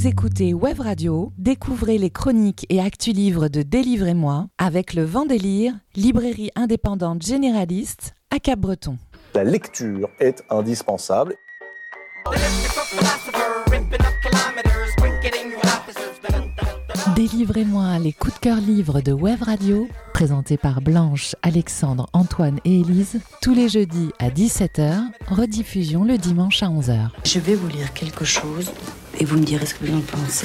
Vous écoutez Web Radio, découvrez les chroniques et actus livres de Délivrez-moi avec le Vendélire, librairie indépendante généraliste à Cap-Breton. La lecture est indispensable. Délivrez-moi les coups de cœur livres de Web Radio, présentés par Blanche, Alexandre, Antoine et Élise, tous les jeudis à 17h, rediffusion le dimanche à 11h. Je vais vous lire quelque chose et vous me direz ce que vous en pensez.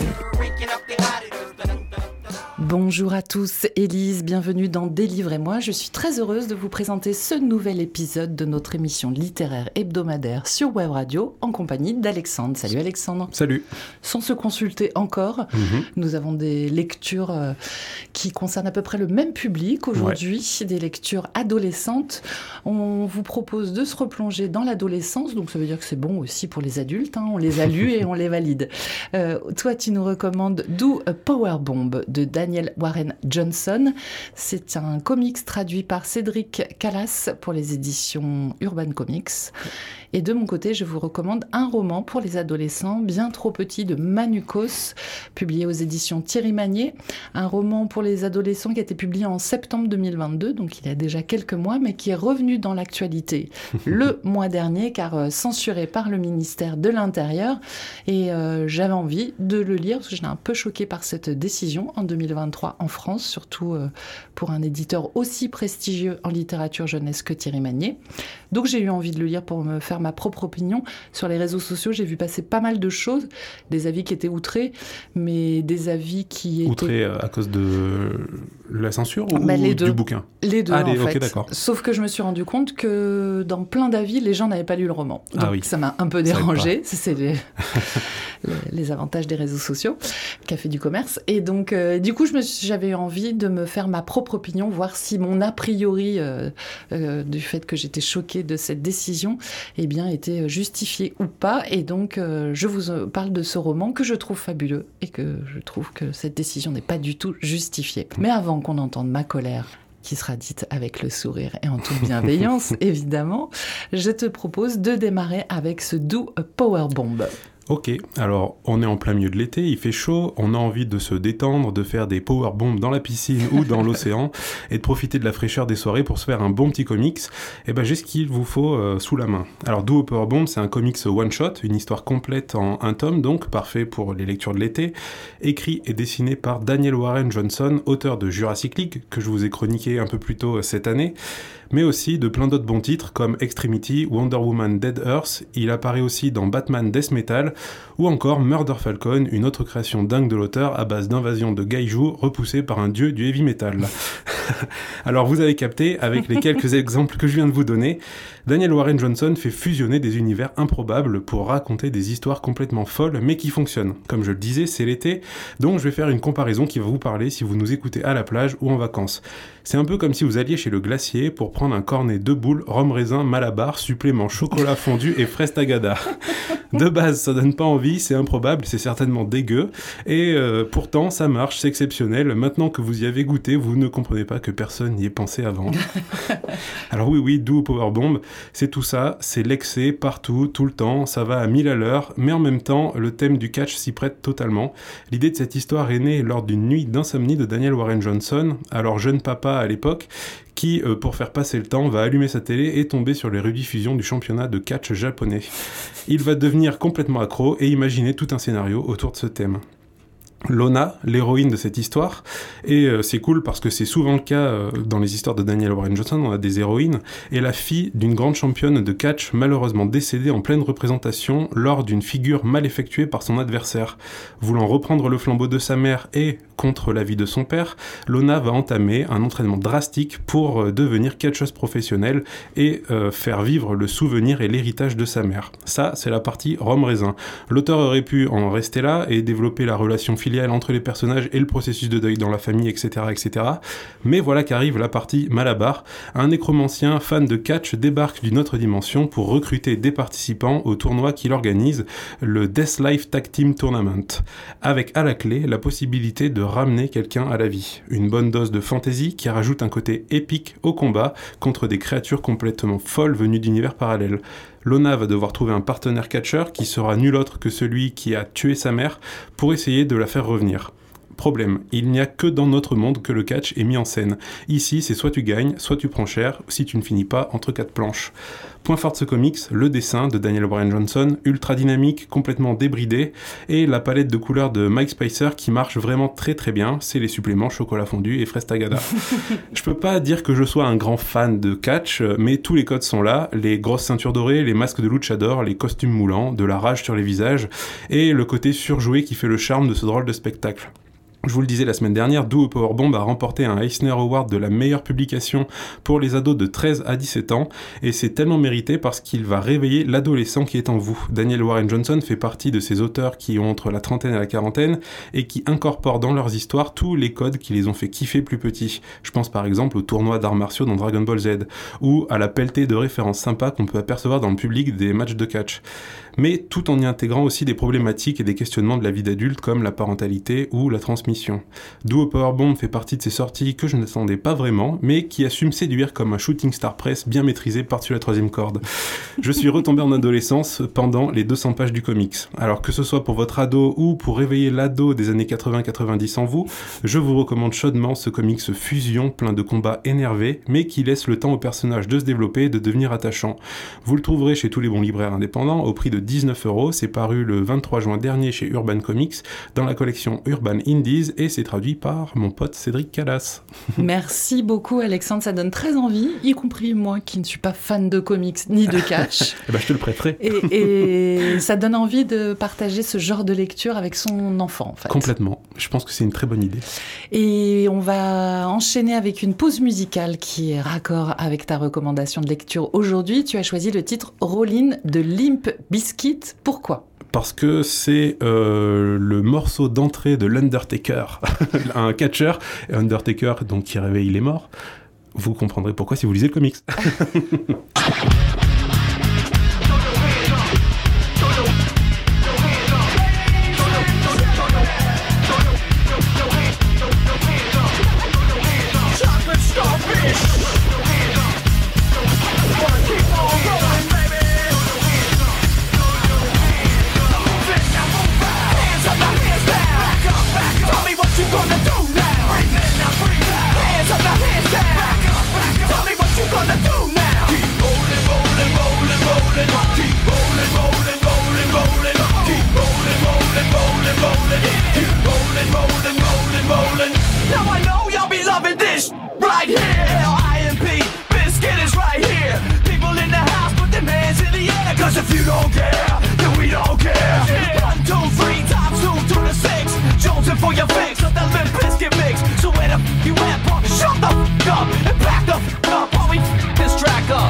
Bonjour à tous, Élise, bienvenue dans Délivrez-moi. Je suis très heureuse de vous présenter ce nouvel épisode de notre émission littéraire hebdomadaire sur Web Radio en compagnie d'Alexandre. Salut Alexandre. Salut. Sans se consulter encore, nous avons des lectures qui concernent à peu près le même public aujourd'hui, des lectures adolescentes. On vous propose de se replonger dans l'adolescence, donc ça veut dire que c'est bon aussi pour les adultes, on les a lus et on les valide. Toi, tu nous recommandes Do a Power Bomb de Daniel Warren Johnson. C'est un comics traduit par Cédric Callas pour les éditions Urban Comics. Et de mon côté, je vous recommande un roman pour les adolescents, Bien trop petit de Manukos, publié aux éditions Thierry Magnier. Un roman pour les adolescents qui a été publié en septembre 2022, donc il y a déjà quelques mois, mais qui est revenu dans l'actualité le mois dernier, car censuré par le ministère de l'Intérieur. Et j'avais envie de le lire, parce que j'étais un peu choquée par cette décision en 2023 en France, surtout pour un éditeur aussi prestigieux en littérature jeunesse que Thierry Magnier. Donc j'ai eu envie de le lire pour me faire ma propre opinion. Sur les réseaux sociaux, j'ai vu passer pas mal de choses, des avis qui étaient outrés, mais des avis qui étaient... Outrés à cause de la censure ou les deux. Du bouquin? Les deux, en fait. Okay, d'accord. Sauf que je me suis rendu compte que dans plein d'avis, les gens n'avaient pas lu le roman. Donc ça m'a un peu dérangée. C'est les avantages des réseaux sociaux, café du commerce. Et donc, du coup, j'avais envie de me faire ma propre opinion, voir si mon a priori du fait que j'étais choquée de cette décision, eh bien, était justifié ou pas. Et donc, je vous parle de ce roman que je trouve fabuleux et que je trouve que cette décision n'est pas du tout justifiée. Mais avant qu'on entende ma colère, qui sera dite avec le sourire et en toute bienveillance, évidemment, je te propose de démarrer avec ce Do a Power Bomb. Ok, alors on est en plein milieu de l'été, il fait chaud, on a envie de se détendre, de faire des power bombs dans la piscine ou dans l'océan et de profiter de la fraîcheur des soirées pour se faire un bon petit comics. Et ben j'ai ce qu'il vous faut sous la main. Alors Do a Power Bomb, c'est un comics one shot, une histoire complète en un tome, donc parfait pour les lectures de l'été, écrit et dessiné par Daniel Warren Johnson, auteur de Jurassic League, que je vous ai chroniqué un peu plus tôt cette année, mais aussi de plein d'autres bons titres comme Extremity, Wonder Woman Dead Earth. Il apparaît aussi dans Batman Death Metal ou encore Murder Falcon, une autre création dingue de l'auteur à base d'invasion de Gaiju repoussée par un dieu du heavy metal. Alors vous avez capté, avec les quelques exemples que je viens de vous donner, Daniel Warren Johnson fait fusionner des univers improbables pour raconter des histoires complètement folles mais qui fonctionnent. Comme je le disais, c'est l'été, donc je vais faire une comparaison qui va vous parler si vous nous écoutez à la plage ou en vacances. C'est un peu comme si vous alliez chez le glacier pour prendre un cornet de boules, rhum raisin, malabar, supplément chocolat fondu et fraise tagada. De base, ça donne pas envie, c'est improbable, c'est certainement dégueu, et pourtant ça marche, c'est exceptionnel. Maintenant que vous y avez goûté, vous ne comprenez pas que personne n'y ait pensé avant. Alors oui, Do a Power Bomb, c'est tout ça, c'est l'excès partout, tout le temps, ça va à 1000 à l'heure, mais en même temps, le thème du catch s'y prête totalement. L'idée de cette histoire est née lors d'une nuit d'insomnie de Daniel Warren Johnson, alors jeune papa à l'époque, qui, pour faire passer le temps, va allumer sa télé et tomber sur les rediffusions du championnat de catch japonais. Il va devenir complètement accro et imaginer tout un scénario autour de ce thème. Lona, l'héroïne de cette histoire, et c'est cool parce que c'est souvent le cas dans les histoires de Daniel Warren Johnson, on a des héroïnes, est la fille d'une grande championne de catch malheureusement décédée en pleine représentation lors d'une figure mal effectuée par son adversaire. Voulant reprendre le flambeau de sa mère et contre l'avis de son père, Lona va entamer un entraînement drastique pour devenir catcheuse professionnelle et faire vivre le souvenir et l'héritage de sa mère. Ça, c'est la partie rhum raisin. L'auteur aurait pu en rester là et développer la relation filiale entre les personnages et le processus de deuil dans la famille, etc., etc. Mais voilà qu'arrive la partie malabar. Un nécromancien fan de catch débarque d'une autre dimension pour recruter des participants au tournoi qu'il organise, le Death Life Tag Team Tournament, avec à la clé la possibilité de ramener quelqu'un à la vie. Une bonne dose de fantasy qui rajoute un côté épique au combat contre des créatures complètement folles venues d'univers parallèles. Lona va devoir trouver un partenaire catcheur qui sera nul autre que celui qui a tué sa mère pour essayer de la faire revenir. Problème, il n'y a que dans notre monde que le catch est mis en scène. Ici, c'est soit tu gagnes, soit tu prends cher, si tu ne finis pas entre 4 planches. Point fort de ce comics, le dessin de Daniel Bryan Johnson, ultra dynamique, complètement débridé, et la palette de couleurs de Mike Spicer qui marche vraiment très très bien, c'est les suppléments chocolat fondu et fraise tagada. Je peux pas dire que je sois un grand fan de catch, mais tous les codes sont là, les grosses ceintures dorées, les masques de luchador, les costumes moulants, de la rage sur les visages, et le côté surjoué qui fait le charme de ce drôle de spectacle. Je vous le disais la semaine dernière, Duo Powerbomb a remporté un Eisner Award de la meilleure publication pour les ados de 13 à 17 ans, et c'est tellement mérité parce qu'il va réveiller l'adolescent qui est en vous. Daniel Warren Johnson fait partie de ces auteurs qui ont entre la trentaine et la quarantaine, et qui incorporent dans leurs histoires tous les codes qui les ont fait kiffer plus petits. Je pense par exemple au tournoi d'arts martiaux dans Dragon Ball Z, ou à la pelletée de références sympas qu'on peut apercevoir dans le public des matchs de catch. Mais tout en y intégrant aussi des problématiques et des questionnements de la vie d'adulte comme la parentalité ou la transmission. Duo Powerbomb fait partie de ces sorties que je n'attendais pas vraiment, mais qui assume séduire comme un shooting star press bien maîtrisé par-dessus la troisième corde. Je suis retombé en adolescence pendant les 200 pages du comics. Alors que ce soit pour votre ado ou pour réveiller l'ado des années 80-90 en vous, je vous recommande chaudement ce comics fusion plein de combats énervés, mais qui laisse le temps au personnage de se développer et de devenir attachant. Vous le trouverez chez tous les bons libraires indépendants au prix de 19€, c'est paru le 23 juin dernier chez Urban Comics dans la collection Urban Indies et c'est traduit par mon pote Cédric Callas. Merci beaucoup Alexandre, ça donne très envie, y compris moi qui ne suis pas fan de comics ni de catch. Je te le prêterai. Et ça donne envie de partager ce genre de lecture avec son enfant en fait. Complètement, je pense que c'est une très bonne idée. Et on va enchaîner avec une pause musicale qui est raccord avec ta recommandation de lecture aujourd'hui. Tu as choisi le titre Rollin' de Limp Bizkit. Pourquoi ? Parce que c'est le morceau d'entrée de l'Undertaker, un catcheur, Undertaker donc qui réveille les morts. Vous comprendrez pourquoi si vous lisez le comics. Now I know y'all be loving this right here. L-I-M-P, Biscuit is right here. People in the house, put their hands in the air. Cause if you don't care, then we don't care. 1, 2, 3, times 2 to the 6. Jonesing for your fix of the Limp Bizkit mix. So where the f*** you at, punk? Shut the f*** up and back the f*** up while we f*** this track up.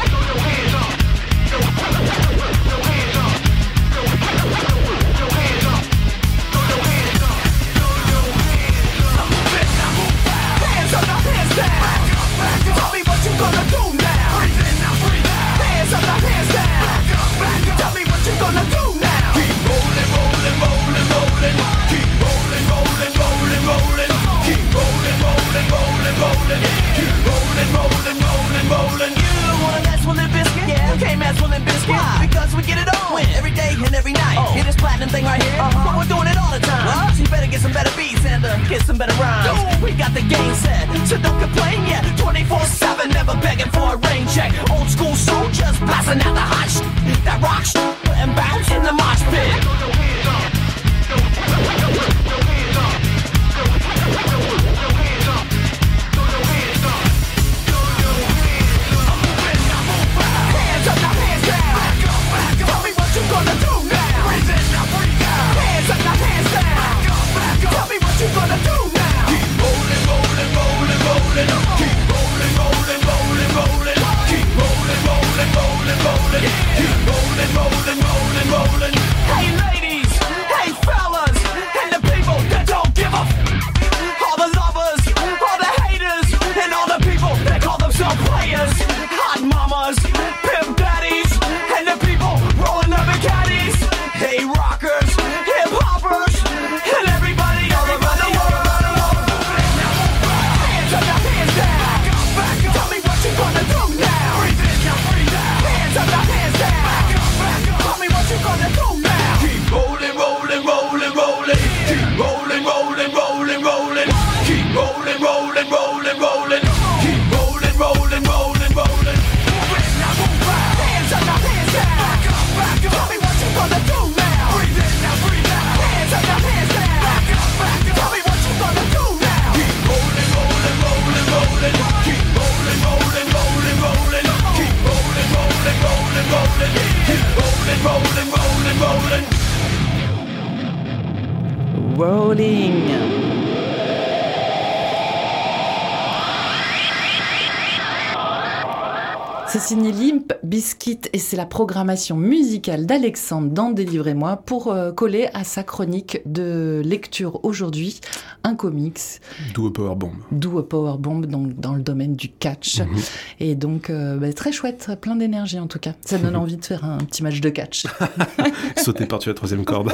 Tell me what you gonna do now. Hands up, hands down. Tell me what you gonna do now. Keep rolling, rolling, rolling, rolling. Keep rolling, rolling, rolling, rolling. Keep rolling, rolling, rolling, rolling. Keep rolling, rolling, rolling, rolling. You wanna mess with Limp Bizkit? Yeah, you can't mess with Limp Bizkit. Why? Because we get it on every day and every night. Hear this platinum thing right here? But we're doing it all the time. So you better get some better beats and get some better rhymes. We got the game set, so don't complain yet. 24/7, never begging for a rain check. Old school soldiers blasting out the hot shit. That rock shit and bounce in the mosh pit. Hands up, now hands down. Tell me what you gonna do now. Hands up, now hands down. Tell me what you gonna do now. Keep rolling, rolling, rolling, rolling. Keep rolling, rolling, rolling, rolling. Keep rolling, rolling, rolling, rolling. Keep rolling, rolling, rolling, rolling. Hey, Rolling. C'est signé Limp Bizkit et c'est la programmation musicale d'Alexandre dans Délivrez-moi pour coller à sa chronique de lecture aujourd'hui, un comics. Do a Powerbomb. Do a Powerbomb, donc dans le domaine du catch. Et donc, très chouette, plein d'énergie en tout cas. Ça donne envie de faire un petit match de catch. Sauter par-dessus la troisième corde.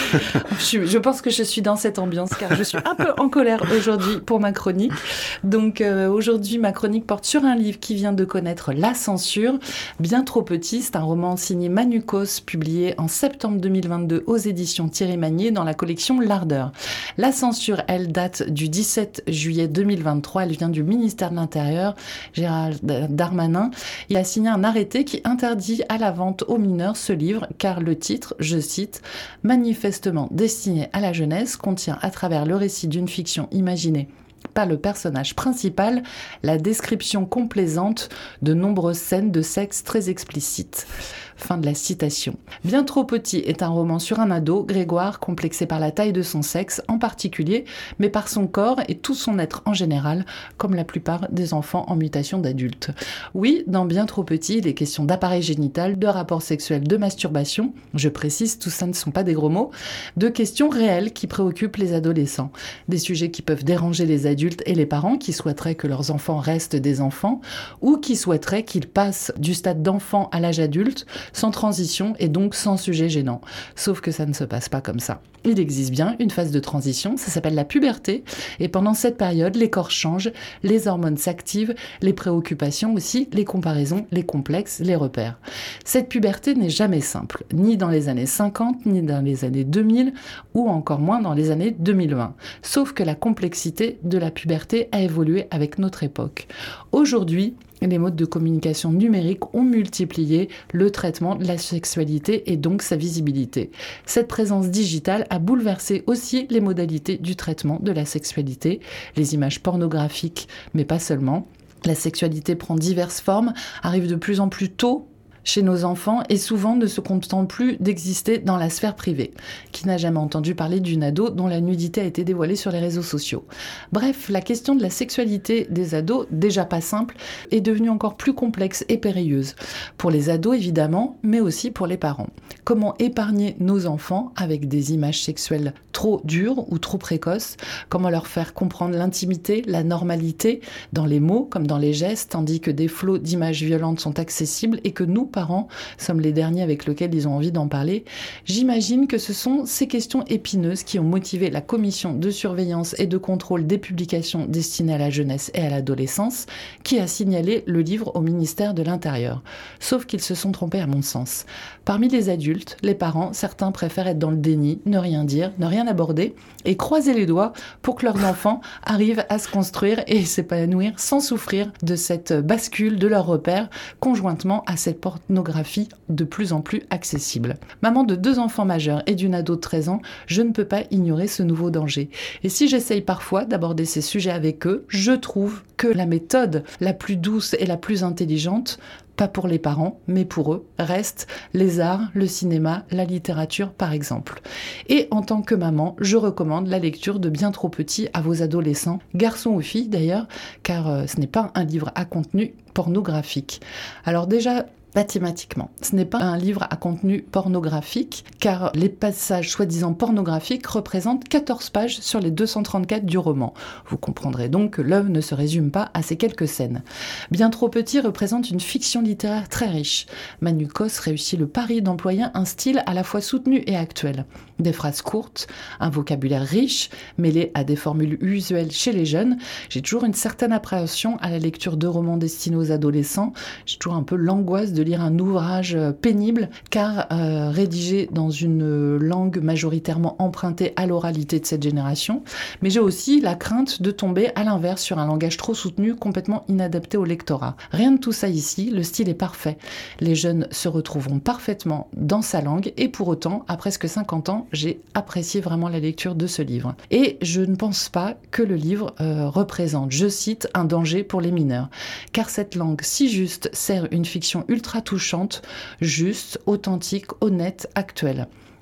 Je pense que je suis dans cette ambiance car je suis un peu en colère aujourd'hui pour ma chronique. Donc aujourd'hui, ma chronique porte sur un livre qui vient de connaître la censure. Bien trop petit, c'est un roman signé Manu Cos, publié en septembre 2022 aux éditions Thierry Magnier dans la collection L'Ardeur. La censure, elle date du 17 juillet 2023. Elle vient du ministère de l'Intérieur, Gérald Darmanin. Il a signé un arrêté qui interdit à la vente aux mineurs ce livre car le titre, je cite, « Manifestement destiné à la jeunesse » contient à travers le récit d'une fiction imaginée par le personnage principal, la description complaisante de nombreuses scènes de sexe très explicites. Fin de la citation. Bien trop petit est un roman sur un ado, Grégoire, complexé par la taille de son sexe en particulier, mais par son corps et tout son être en général, comme la plupart des enfants en mutation d'adultes. Oui, dans Bien trop petit, il est question d'appareil génital, de rapports sexuels, de masturbation, je précise, tout ça ne sont pas des gros mots, de questions réelles qui préoccupent les adolescents, des sujets qui peuvent déranger les adultes et les parents qui souhaiteraient que leurs enfants restent des enfants ou qui souhaiteraient qu'ils passent du stade d'enfant à l'âge adulte sans transition et donc sans sujet gênant. Sauf que ça ne se passe pas comme ça. Il existe bien une phase de transition, ça s'appelle la puberté, et pendant cette période, les corps changent, les hormones s'activent, les préoccupations aussi, les comparaisons, les complexes, les repères. Cette puberté n'est jamais simple, ni dans les années 50, ni dans les années 2000, ou encore moins dans les années 2020. Sauf que la complexité de la puberté a évolué avec notre époque. Aujourd'hui, les modes de communication numérique ont multiplié le traitement de la sexualité et donc sa visibilité. Cette présence digitale a bouleversé aussi les modalités du traitement de la sexualité, les images pornographiques, mais pas seulement. La sexualité prend diverses formes, arrive de plus en plus tôt chez nos enfants et souvent ne se contentent plus d'exister dans la sphère privée. Qui n'a jamais entendu parler d'une ado dont la nudité a été dévoilée sur les réseaux sociaux? Bref, la question de la sexualité des ados, déjà pas simple, est devenue encore plus complexe et périlleuse. Pour les ados évidemment, mais aussi pour les parents. Comment épargner nos enfants avec des images sexuelles trop dures ou trop précoces? Comment leur faire comprendre l'intimité, la normalité, dans les mots comme dans les gestes, tandis que des flots d'images violentes sont accessibles et que nous, parents, sommes les derniers avec lesquels ils ont envie d'en parler? J'imagine que ce sont ces questions épineuses qui ont motivé la commission de surveillance et de contrôle des publications destinées à la jeunesse et à l'adolescence, qui a signalé le livre au ministère de l'Intérieur. Sauf qu'ils se sont trompés à mon sens. Parmi les adultes, les parents, certains préfèrent être dans le déni, ne rien dire, ne rien aborder et croiser les doigts pour que leurs enfants arrivent à se construire et s'épanouir sans souffrir de cette bascule de leurs repères conjointement à cette pornographie de plus en plus accessible. Maman de 2 enfants majeurs et d'une ado de 13 ans, je ne peux pas ignorer ce nouveau danger. Et si j'essaye parfois d'aborder ces sujets avec eux, je trouve que la méthode la plus douce et la plus intelligente, pas pour les parents, mais pour eux, reste les arts, le cinéma, la littérature par exemple. Et en tant que maman, je recommande la lecture de Bien trop petit à vos adolescents, garçons ou filles d'ailleurs, car ce n'est pas un livre à contenu pornographique. Alors déjà, mathématiquement, ce n'est pas un livre à contenu pornographique, car les passages soi-disant pornographiques représentent 14 pages sur les 234 du roman. Vous comprendrez donc que l'œuvre ne se résume pas à ces quelques scènes. Bien trop petit représente une fiction littéraire très riche. Manu Cos réussit le pari d'employer un style à la fois soutenu et actuel. Des phrases courtes, un vocabulaire riche, mêlé à des formules usuelles chez les jeunes. J'ai toujours une certaine appréhension à la lecture de romans destinés aux adolescents. J'ai toujours un peu l'angoisse de lire un ouvrage pénible, car rédigé dans une langue majoritairement empruntée à l'oralité de cette génération. Mais j'ai aussi la crainte de tomber à l'inverse sur un langage trop soutenu, complètement inadapté au lectorat. Rien de tout ça ici, le style est parfait. Les jeunes se retrouveront parfaitement dans sa langue et pour autant, à presque 50 ans, j'ai apprécié vraiment la lecture de ce livre. Et je ne pense pas que le livre représente, je cite, un danger pour les mineurs. Car cette langue si juste sert une fiction ultra touchante, juste, authentique, honnête, actuelle.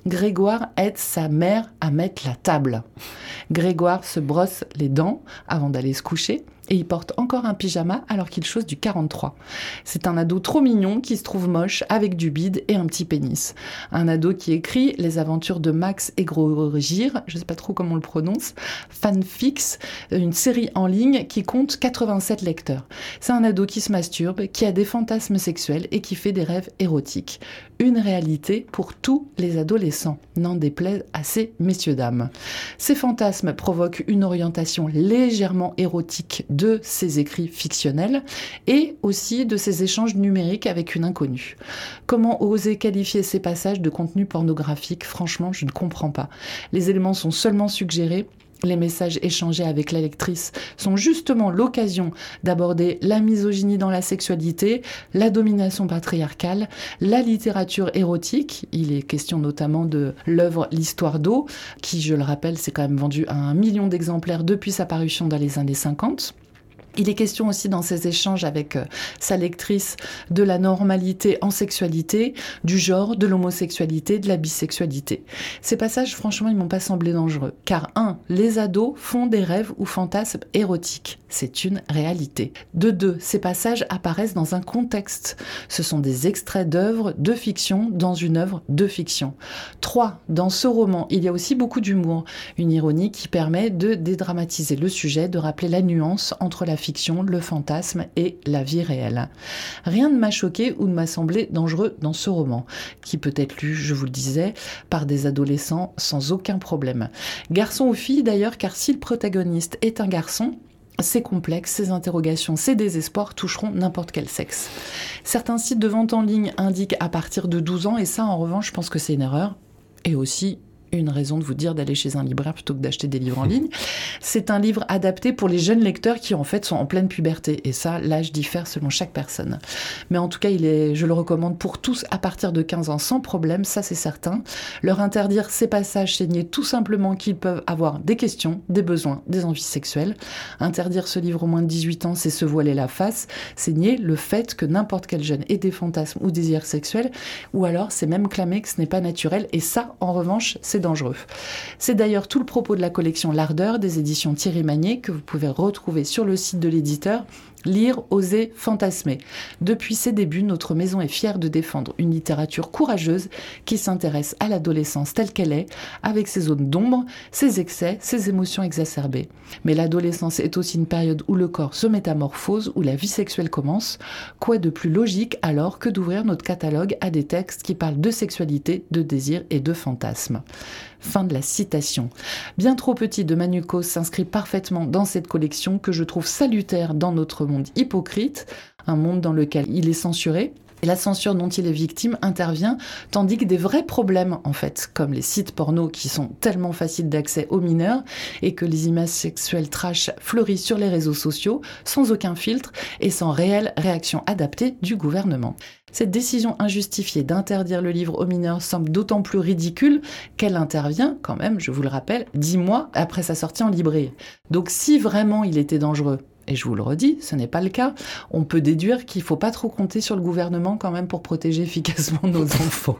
Grégoire aide sa mère à mettre la table. Grégoire se brosse les dents avant d'aller se coucher et il porte encore un pyjama alors qu'il chausse du 43. C'est un ado trop mignon qui se trouve moche avec du bide et un petit pénis. Un ado qui écrit les aventures de Max et Grogir, je sais pas trop comment on le prononce, Fanfix, une série en ligne qui compte 87 lecteurs. C'est un ado qui se masturbe, qui a des fantasmes sexuels et qui fait des rêves érotiques. Une réalité pour tous les adolescents, n'en déplaise à ces messieurs-dames. Ces fantasmes provoquent une orientation légèrement érotique de ces écrits fictionnels et aussi de ces échanges numériques avec une inconnue. Comment oser qualifier ces passages de contenu pornographique ? Franchement, je ne comprends pas. Les éléments sont seulement suggérés. Les messages échangés avec la lectrice sont justement l'occasion d'aborder la misogynie dans la sexualité, la domination patriarcale, la littérature érotique. Il est question notamment de l'œuvre L'Histoire d'eau, qui, je le rappelle, s'est quand même vendue à 1 million d'exemplaires depuis sa parution dans les années 50. Il est question aussi dans ces échanges avec sa lectrice de la normalité en sexualité, du genre, de l'homosexualité, de la bisexualité. Ces passages, franchement, ils m'ont pas semblé dangereux. Car 1, les ados font des rêves ou fantasmes érotiques. C'est une réalité. De 2, ces passages apparaissent dans un contexte. Ce sont des extraits d'œuvres de fiction dans une œuvre de fiction. 3, dans ce roman, il y a aussi beaucoup d'humour. Une ironie qui permet de dédramatiser le sujet, de rappeler la nuance entre la fiction, le fantasme et la vie réelle. Rien ne m'a choqué ou ne m'a semblé dangereux dans ce roman, qui peut être lu, je vous le disais, par des adolescents sans aucun problème. Garçon ou fille d'ailleurs, car si le protagoniste est un garçon, ces complexes, ces interrogations, ces désespoirs toucheront n'importe quel sexe. Certains sites de vente en ligne indiquent à partir de 12 ans, et ça en revanche, je pense que c'est une erreur, et aussi une raison de vous dire d'aller chez un libraire plutôt que d'acheter des livres en ligne. C'est un livre adapté pour les jeunes lecteurs qui en fait sont en pleine puberté. Et ça, l'âge diffère selon chaque personne. Mais en tout cas, je le recommande pour tous à partir de 15 ans sans problème, ça c'est certain. Leur interdire ces passages, c'est nier tout simplement qu'ils peuvent avoir des questions, des besoins, des envies sexuelles. Interdire ce livre au moins de 18 ans, c'est se voiler la face. C'est nier le fait que n'importe quel jeune ait des fantasmes ou désirs sexuels. Ou alors, c'est même clamer que ce n'est pas naturel. Et ça, en revanche, c'est dangereux. C'est d'ailleurs tout le propos de la collection L'Ardeur des éditions Thierry Magnier que vous pouvez retrouver sur le site de l'éditeur. Lire, oser, fantasmer. Depuis ses débuts, notre maison est fière de défendre une littérature courageuse qui s'intéresse à l'adolescence telle qu'elle est, avec ses zones d'ombre, ses excès, ses émotions exacerbées. Mais l'adolescence est aussi une période où le corps se métamorphose, où la vie sexuelle commence. Quoi de plus logique alors que d'ouvrir notre catalogue à des textes qui parlent de sexualité, de désir et de fantasme. Fin de la citation. Bien trop petit de Manu Causse s'inscrit parfaitement dans cette collection que je trouve salutaire dans notre monde hypocrite, un monde dans lequel il est censuré. Et la censure dont il est victime intervient tandis que des vrais problèmes, en fait, comme les sites porno qui sont tellement faciles d'accès aux mineurs et que les images sexuelles trash fleurissent sur les réseaux sociaux sans aucun filtre et sans réelle réaction adaptée du gouvernement. Cette décision injustifiée d'interdire le livre aux mineurs semble d'autant plus ridicule qu'elle intervient, quand même, je vous le rappelle, 10 mois après sa sortie en librairie. Donc si vraiment il était dangereux, et je vous le redis, ce n'est pas le cas, on peut déduire qu'il ne faut pas trop compter sur le gouvernement quand même pour protéger efficacement nos enfants.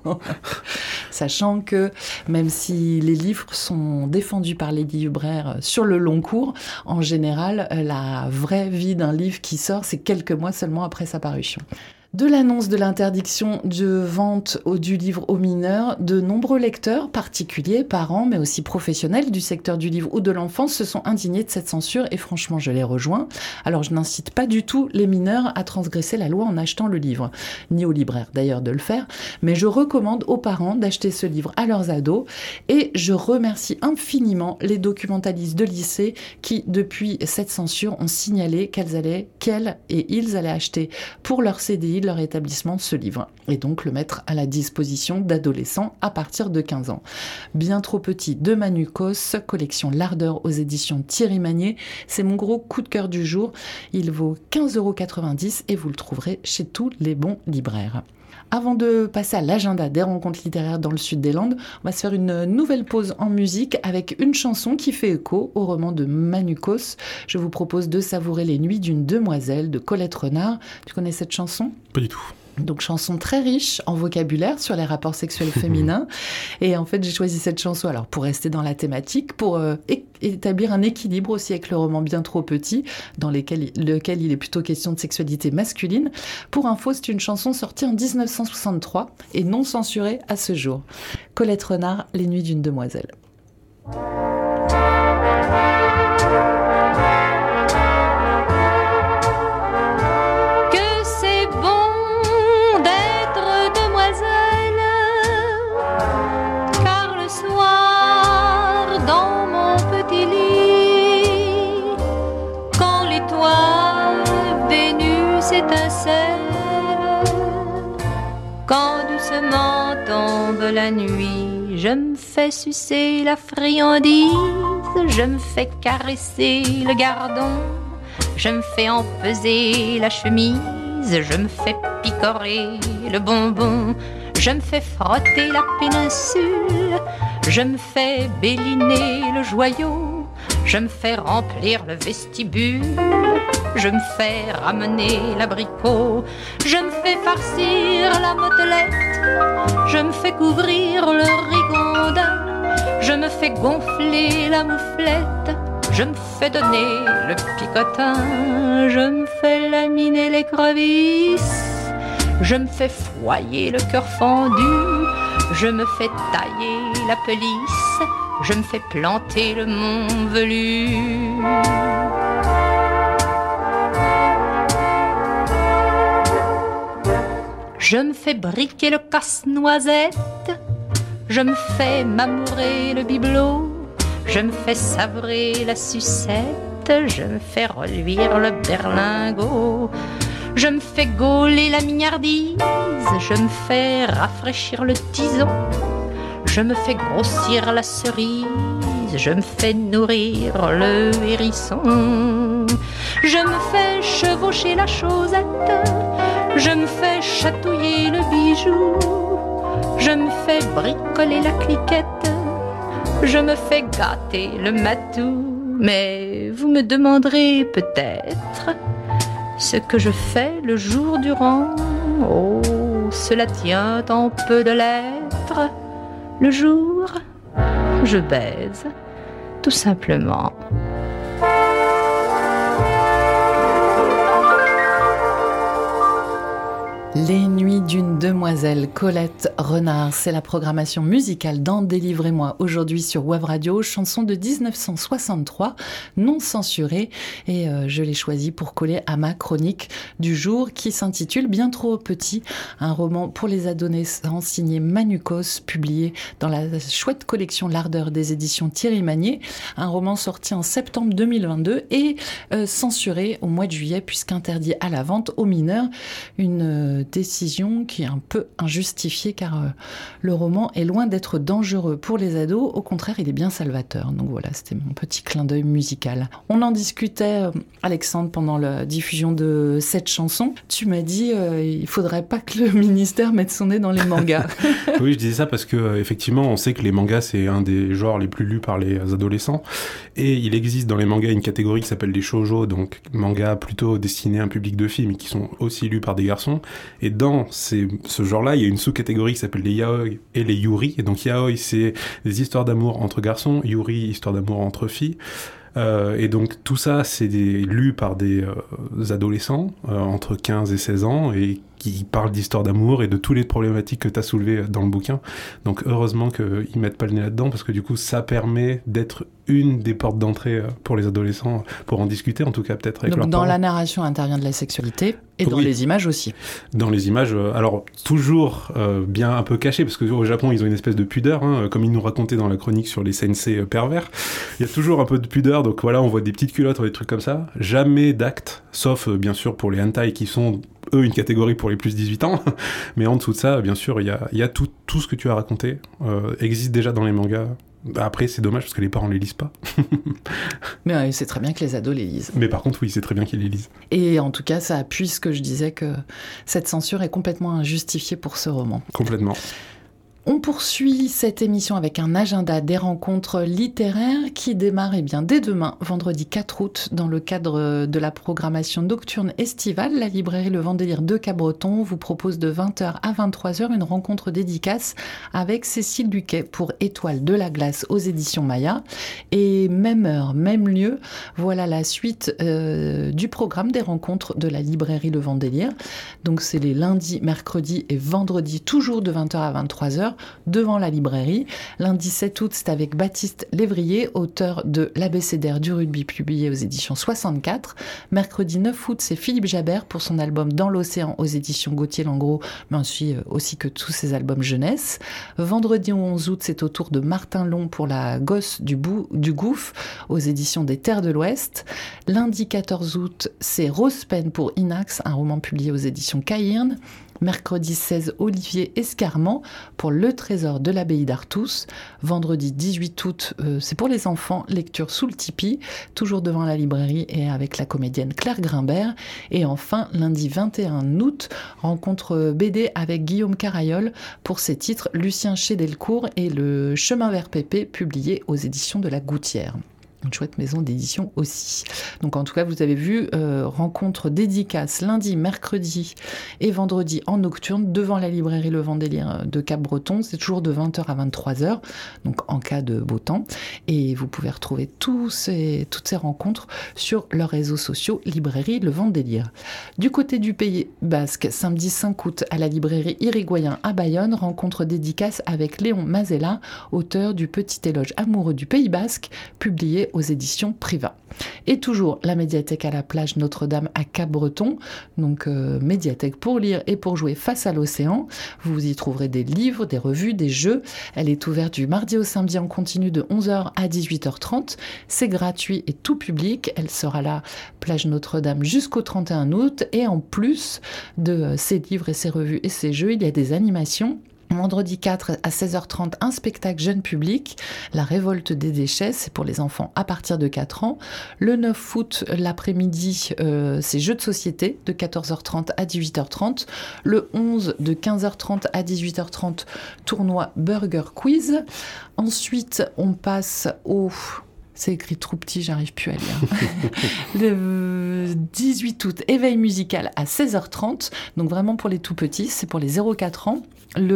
Sachant que même si les livres sont défendus par les libraires sur le long cours, en général, la vraie vie d'un livre qui sort, c'est quelques mois seulement après sa parution. De l'annonce de l'interdiction de vente du livre aux mineurs, de nombreux lecteurs, particuliers, parents, mais aussi professionnels du secteur du livre ou de l'enfance se sont indignés de cette censure et franchement, je les rejoins. Alors, je n'incite pas du tout les mineurs à transgresser la loi en achetant le livre, ni aux libraires d'ailleurs de le faire, mais je recommande aux parents d'acheter ce livre à leurs ados et je remercie infiniment les documentalistes de lycée qui, depuis cette censure, ont signalé qu'elles et ils allaient acheter pour leur CDI, leur établissement, ce livre, et donc le mettre à la disposition d'adolescents à partir de 15 ans. Bien trop petit de Manu Causse, collection L'Ardeur aux éditions Thierry Magnier, c'est mon gros coup de cœur du jour. Il vaut 15,90 € et vous le trouverez chez tous les bons libraires. Avant de passer à l'agenda des rencontres littéraires dans le sud des Landes, on va se faire une nouvelle pause en musique avec une chanson qui fait écho au roman de Manu Causse. Je vous propose de savourer Les Nuits d'une demoiselle de Colette Renard. Tu connais cette chanson ? Pas du tout. Donc chanson très riche en vocabulaire sur les rapports sexuels féminins. Et en fait, j'ai choisi cette chanson alors pour rester dans la thématique, pour établir un équilibre aussi avec le roman Bien trop petit, dans lequel il est plutôt question de sexualité masculine. Pour info, c'est une chanson sortie en 1963 et non censurée à ce jour. Colette Renard, Les Nuits d'une demoiselle. Quand doucement tombe la nuit, je me fais sucer la friandise, je me fais caresser le gardon, je me fais empeser la chemise, je me fais picorer le bonbon, je me fais frotter la péninsule, je me fais béliner le joyau, je me fais remplir le vestibule, je me fais ramener l'abricot, je me fais farcir la motelette, je me fais couvrir le rigondin, je me fais gonfler la mouflette, je me fais donner le picotin, je me fais laminer l'écrevisse, je me fais foyer le cœur fendu, je me fais tailler la pelisse, je me fais planter le mont velu. Je me fais briquer le casse-noisette, je me fais m'amourer le bibelot, je me fais savrer la sucette, je me fais reluire le berlingot, je me fais gauler la mignardise, je me fais rafraîchir le tison, je me fais grossir la cerise, je me fais nourrir le hérisson, je me fais chevaucher la chaussette, je me fais chatouiller le bijou, je me fais bricoler la cliquette, je me fais gâter le matou. Mais vous me demanderez peut-être ce que je fais le jour durant. Oh, cela tient en peu de lettres. Le jour, je baise, tout simplement. Les Nuits d'une demoiselle, Colette Renard, c'est la programmation musicale dans Délivrez-moi aujourd'hui sur Web Radio, chanson de 1963, non censurée, et je l'ai choisie pour coller à ma chronique du jour qui s'intitule Bien trop petit, un roman pour les adolescents signé Manucos, publié dans la chouette collection L'Ardeur des éditions Thierry Magnier, un roman sorti en septembre 2022 et censuré au mois de juillet puisqu'interdit à la vente aux mineurs, une décision qui est un peu injustifiée car le roman est loin d'être dangereux pour les ados, au contraire il est bien salvateur. Donc voilà, c'était mon petit clin d'œil musical. On en discutait, Alexandre, pendant la diffusion de cette chanson. Tu m'as dit il faudrait pas que le ministère mette son nez dans les mangas. Oui, je disais ça parce que effectivement on sait que les mangas c'est un des genres les plus lus par les adolescents et il existe dans les mangas une catégorie qui s'appelle les shoujo, donc mangas plutôt destinés à un public de filles mais qui sont aussi lus par des garçons. Et dans ce genre-là, il y a une sous-catégorie qui s'appelle les yaoi et les yuri. Et donc yaoi, c'est des histoires d'amour entre garçons, yuri, histoire d'amour entre filles. Et donc tout ça, c'est lu par des adolescents entre 15 et 16 ans et qui parlent d'histoire d'amour et de toutes les problématiques que tu as soulevées dans le bouquin. Donc heureusement qu'ils mettent pas le nez là-dedans parce que du coup, ça permet d'être une des portes d'entrée pour les adolescents, pour en discuter en tout cas peut-être avec leurs parents. Donc dans la narration intervient de la sexualité et dans les images aussi. Dans les images, alors toujours bien un peu caché parce qu'au Japon ils ont une espèce de pudeur, hein, comme ils nous racontaient dans la chronique sur les sensei pervers. Il y a toujours un peu de pudeur, donc voilà, on voit des petites culottes ou des trucs comme ça. Jamais d'actes, sauf bien sûr pour les hentai qui sont eux une catégorie pour les plus 18 ans, mais en dessous de ça, bien sûr, il y a tout ce que tu as raconté existe déjà dans les mangas. Après, c'est dommage parce que les parents les lisent pas. Mais c'est très bien que les ados les lisent. Mais par contre, oui, c'est très bien qu'ils les lisent. Et en tout cas, ça appuie ce que je disais, que cette censure est complètement injustifiée pour ce roman. Complètement. On poursuit cette émission avec un agenda des rencontres littéraires qui démarre dès demain, vendredi 4 août, dans le cadre de la programmation nocturne estivale. La librairie Le Vendélire de Capbreton vous propose de 20h à 23h une rencontre dédicace avec Cécile Duquet pour Étoile de la glace aux éditions Maya. Et même heure, même lieu, voilà la suite du programme des rencontres de la librairie Le Vendélire. Donc c'est les lundis, mercredis et vendredis, toujours de 20h à 23h. Devant la librairie. Lundi 7 août, c'est avec Baptiste Lévrier, auteur de l'Abécédaire du rugby, publié aux éditions 64. Mercredi 9 août, c'est Philippe Jabert pour son album Dans l'océan aux éditions Gauthier-Langros, mais aussi que tous ses albums jeunesse. Vendredi 11 août, c'est au tour de Martin Long pour La gosse du gouffre aux éditions des Terres de l'Ouest. Lundi 14 août, c'est Rose Pen pour Inax, un roman publié aux éditions Caïrn. Mercredi 16, Olivier Escarment pour Le Trésor de l'abbaye d'Artus. Vendredi 18 août, c'est pour les enfants, lecture sous le tipi, toujours devant la librairie et avec la comédienne Claire Grimbert. Et enfin, lundi 21 août, rencontre BD avec Guillaume Carayol pour ses titres Lucien Chédelcourt et Le Chemin vers Pépé, publié aux éditions de la Gouttière. Une chouette maison d'édition aussi. Donc en tout cas, vous avez vu, rencontre dédicace lundi, mercredi et vendredi en nocturne devant la librairie Le Vendélire de Capbreton. C'est toujours de 20h à 23h, donc en cas de beau temps. Et vous pouvez retrouver toutes ces rencontres sur leurs réseaux sociaux, librairie Le Vendélire. Du côté du Pays Basque, samedi 5 août à la librairie Irigoyen à Bayonne, rencontre dédicace avec Léon Mazella, auteur du Petit éloge amoureux du Pays Basque, publié aux éditions Priva. Et toujours la médiathèque à la plage Notre-Dame à Capbreton, donc médiathèque pour lire et pour jouer face à l'océan. Vous y trouverez des livres, des revues, des jeux. Elle est ouverte du mardi au samedi en continu de 11h à 18h30. C'est gratuit et tout public. Elle sera là, plage Notre-Dame, jusqu'au 31 août. Et en plus de ces livres et ces revues et ces jeux, il y a des animations. Vendredi 4 à 16h30, un spectacle jeune public, La révolte des déchets, c'est pour les enfants à partir de 4 ans. Le 9 août, l'après-midi, c'est Jeux de société de 14h30 à 18h30. Le 11 de 15h30 à 18h30, tournoi Burger Quiz. Ensuite, on passe au... C'est écrit trop petit, j'arrive plus à lire. Le 18 août, éveil musical à 16h30. Donc vraiment pour les tout petits, c'est pour les 0-4 ans.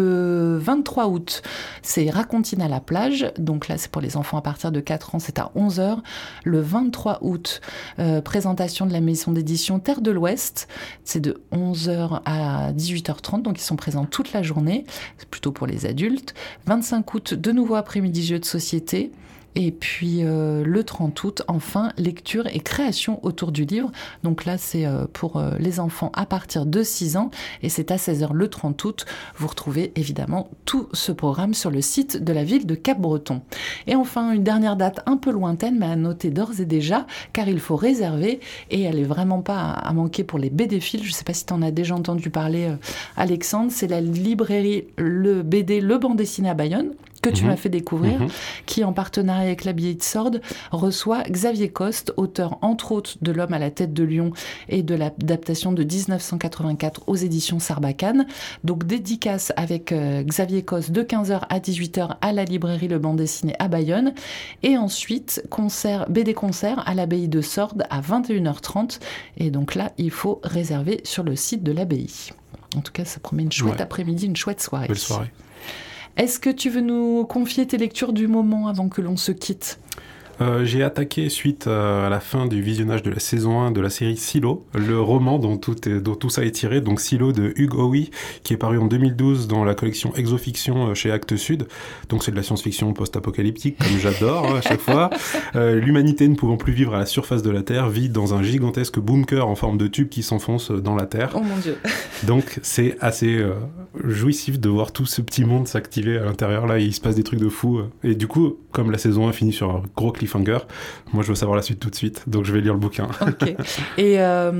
Le 23 août, c'est Racontine à la plage. Donc là, c'est pour les enfants à partir de 4 ans, c'est à 11h. Le 23 août, présentation de la maison d'édition Terre de l'Ouest. C'est de 11h à 18h30. Donc ils sont présents toute la journée. C'est plutôt pour les adultes. 25 août, de nouveau après-midi jeux de société. Et puis le 30 août, enfin, lecture et création autour du livre. Donc là, c'est pour les enfants à partir de 6 ans. Et c'est à 16h le 30 août. Vous retrouvez évidemment tout ce programme sur le site de la ville de Capbreton. Et enfin, une dernière date un peu lointaine, mais à noter d'ores et déjà, car il faut réserver. Et elle est vraiment pas à manquer pour les BD-Files. Je ne sais pas si tu en as déjà entendu parler, Alexandre. C'est la librairie Le BD, le banc dessiné à Bayonne, que tu m'as fait découvrir, qui, en partenariat avec l'Abbaye de Sordes, reçoit Xavier Coste, auteur entre autres de L'homme à la tête de lion et de l'adaptation de 1984 aux éditions Sarbacane. Donc dédicace avec Xavier Coste de 15h à 18h à la librairie Le Banc Dessiné à Bayonne. Et ensuite, BD concert à l'Abbaye de Sordes à 21h30. Et donc là, il faut réserver sur le site de l'Abbaye. En tout cas, ça promet une chouette après-midi, une chouette soirée. Belle soirée. Est-ce que tu veux nous confier tes lectures du moment avant que l'on se quitte ? J'ai attaqué suite à la fin du visionnage de la saison 1 de la série Silo, le roman dont tout ça est tiré, donc Silo de Hugh Howey, qui est paru en 2012 dans la collection Exofiction chez Actes Sud. Donc c'est de la science-fiction post-apocalyptique, comme j'adore à chaque fois. L'humanité ne pouvant plus vivre à la surface de la Terre vit dans un gigantesque bunker en forme de tube qui s'enfonce dans la Terre. Oh mon Dieu. Donc c'est assez jouissif de voir tout ce petit monde s'activer à l'intérieur. Là, il se passe des trucs de fou. Et du coup, comme la saison 1 finit sur un gros cliffhanger, moi je veux savoir la suite tout de suite, donc je vais lire le bouquin. Ok. Et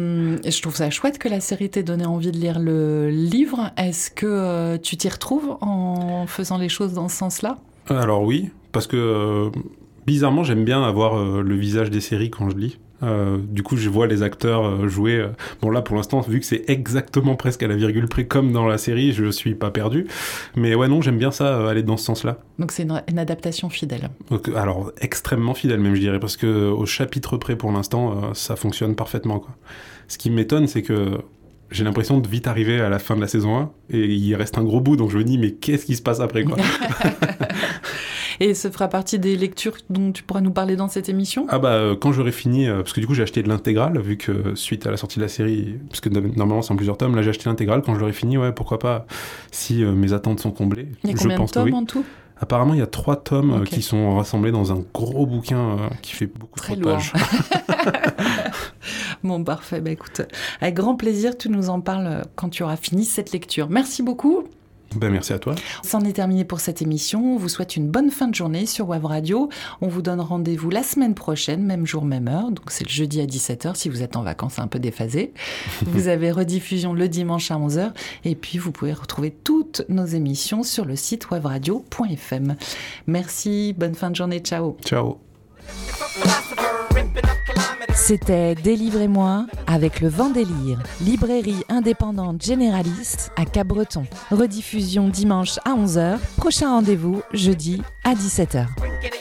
je trouve ça chouette que la série t'ait donné envie de lire le livre. Est-ce que tu t'y retrouves en faisant les choses dans ce sens-là ? Alors oui, parce que bizarrement j'aime bien avoir le visage des séries quand je lis. Du coup, je vois les acteurs jouer. Bon, là, pour l'instant, vu que c'est exactement presque à la virgule près comme dans la série, je suis pas perdu. Mais ouais, non, j'aime bien ça, aller dans ce sens-là. Donc c'est une adaptation fidèle. Donc, alors, extrêmement fidèle même, je dirais, parce que au chapitre près, pour l'instant, ça fonctionne parfaitement, quoi. Ce qui m'étonne, c'est que j'ai l'impression de vite arriver à la fin de la saison 1, et il reste un gros bout, donc je me dis, mais qu'est-ce qui se passe après, quoi? Et ça fera partie des lectures dont tu pourras nous parler dans cette émission ? Ah bah, quand j'aurai fini, parce que du coup j'ai acheté de l'intégrale, vu que suite à la sortie de la série, parce que normalement c'est en plusieurs tomes, là j'ai acheté l'intégrale, quand je l'aurai fini, ouais, pourquoi pas, si mes attentes sont comblées. Il y a combien de tomes en tout ? Apparemment, il y a 3 tomes Okay. qui sont rassemblés dans un gros bouquin qui fait beaucoup Très trop de pages. Bon, parfait. Bah, écoute, avec grand plaisir, tu nous en parles quand tu auras fini cette lecture. Merci beaucoup. Ben, merci à toi. C'en est terminé pour cette émission. On vous souhaite une bonne fin de journée sur Web Radio. On vous donne rendez-vous la semaine prochaine, même jour, même heure. Donc c'est le jeudi à 17h si vous êtes en vacances un peu déphasé. Vous avez rediffusion le dimanche à 11h. Et puis vous pouvez retrouver toutes nos émissions sur le site webradio.fm. Merci, bonne fin de journée, ciao. Ciao. C'était Délivrez-moi avec le Vendélire, librairie indépendante généraliste à Cap-Breton. Rediffusion dimanche à 11h, prochain rendez-vous jeudi à 17h.